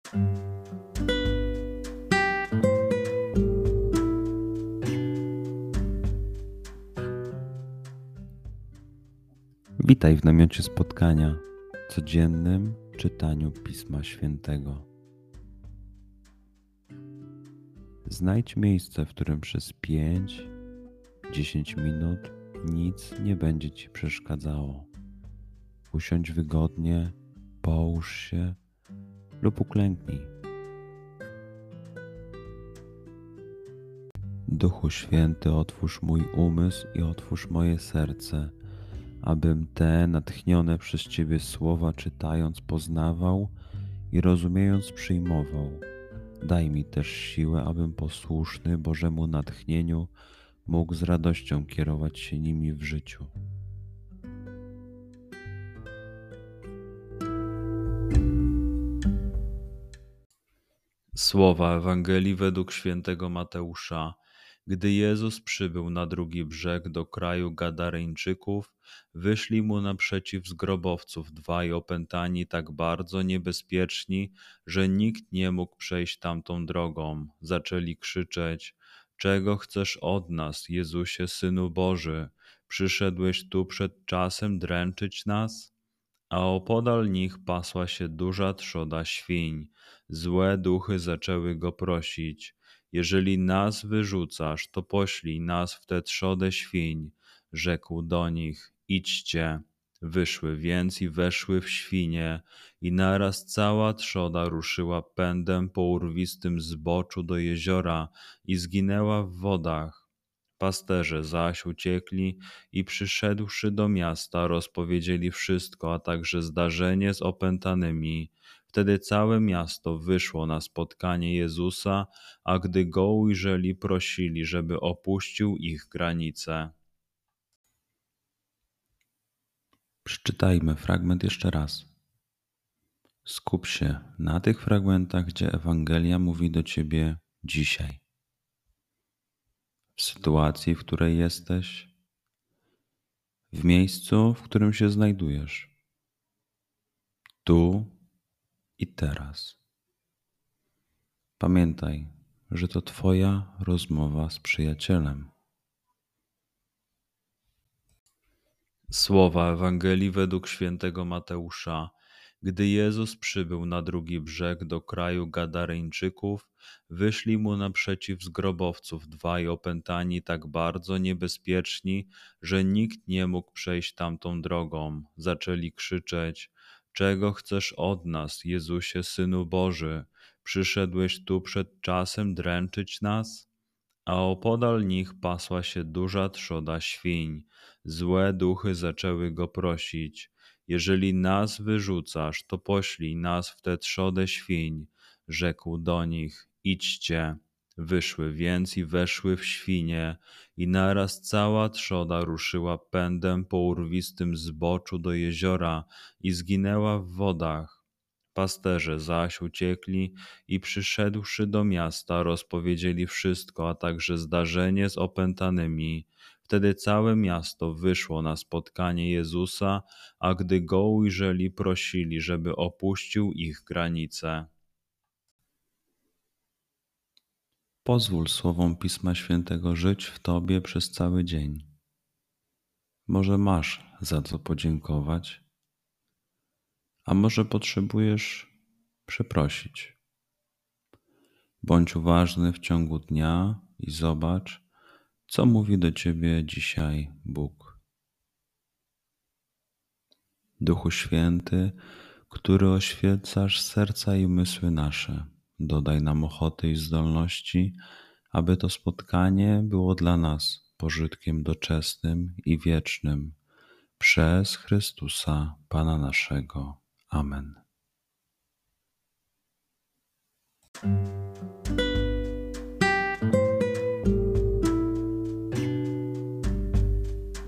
Witaj w namiocie spotkania, codziennym czytaniu Pisma Świętego. Znajdź miejsce, w którym przez 5-10 minut nic nie będzie Ci przeszkadzało. Usiądź wygodnie, połóż się lub uklęknij. Duchu Święty, otwórz mój umysł i otwórz moje serce, abym te natchnione przez Ciebie słowa czytając poznawał i rozumiejąc przyjmował. Daj mi też siłę, abym posłuszny Bożemu natchnieniu mógł z radością kierować się nimi w życiu. Słowa Ewangelii według świętego Mateusza. Gdy Jezus przybył na drugi brzeg do kraju Gadareńczyków, wyszli mu naprzeciw z grobowców dwaj opętani tak bardzo niebezpieczni, że nikt nie mógł przejść tamtą drogą. Zaczęli krzyczeć: „Czego chcesz od nas, Jezusie, Synu Boży? Przyszedłeś tu przed czasem dręczyć nas?” A opodal nich pasła się duża trzoda świń. Złe duchy zaczęły go prosić: „Jeżeli nas wyrzucasz, to poślij nas w tę trzodę świń.” Rzekł do nich: „Idźcie.” Wyszły więc i weszły w świnie, i naraz cała trzoda ruszyła pędem po urwistym zboczu do jeziora i zginęła w wodach. Pasterze zaś uciekli i przyszedłszy do miasta, rozpowiedzieli wszystko, a także zdarzenie z opętanymi. Wtedy całe miasto wyszło na spotkanie Jezusa, a gdy go ujrzeli, prosili, żeby opuścił ich granice. Przeczytajmy fragment jeszcze raz. Skup się na tych fragmentach, gdzie Ewangelia mówi do Ciebie dzisiaj. W sytuacji, w której jesteś, w miejscu, w którym się znajdujesz, tu i teraz. Pamiętaj, że to Twoja rozmowa z przyjacielem. Słowa Ewangelii według świętego Mateusza. Gdy Jezus przybył na drugi brzeg do kraju Gadareńczyków, wyszli mu naprzeciw z grobowców dwaj opętani tak bardzo niebezpieczni, że nikt nie mógł przejść tamtą drogą. Zaczęli krzyczeć: „Czego chcesz od nas, Jezusie, Synu Boży? Przyszedłeś tu przed czasem dręczyć nas?” A opodal nich pasła się duża trzoda świń. Złe duchy zaczęły go prosić: „Jeżeli nas wyrzucasz, to poślij nas w tę trzodę świń.” Rzekł do nich: „Idźcie.” Wyszły więc i weszły w świnie, i naraz cała trzoda ruszyła pędem po urwistym zboczu do jeziora i zginęła w wodach. Pasterze zaś uciekli i przyszedłszy do miasta, rozpowiedzieli wszystko, a także zdarzenie z opętanymi. Wtedy całe miasto wyszło na spotkanie Jezusa, a gdy go ujrzeli, prosili, żeby opuścił ich granice. Pozwól słowom Pisma Świętego żyć w Tobie przez cały dzień. Może masz za co podziękować, a może potrzebujesz przeprosić. Bądź uważny w ciągu dnia i zobacz, co mówi do Ciebie dzisiaj Bóg. Duchu Święty, który oświecasz serca i umysły nasze, dodaj nam ochoty i zdolności, aby to spotkanie było dla nas pożytkiem doczesnym i wiecznym. Przez Chrystusa, Pana naszego. Amen.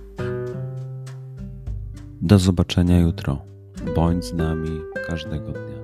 Do zobaczenia jutro. Bądź z nami każdego dnia.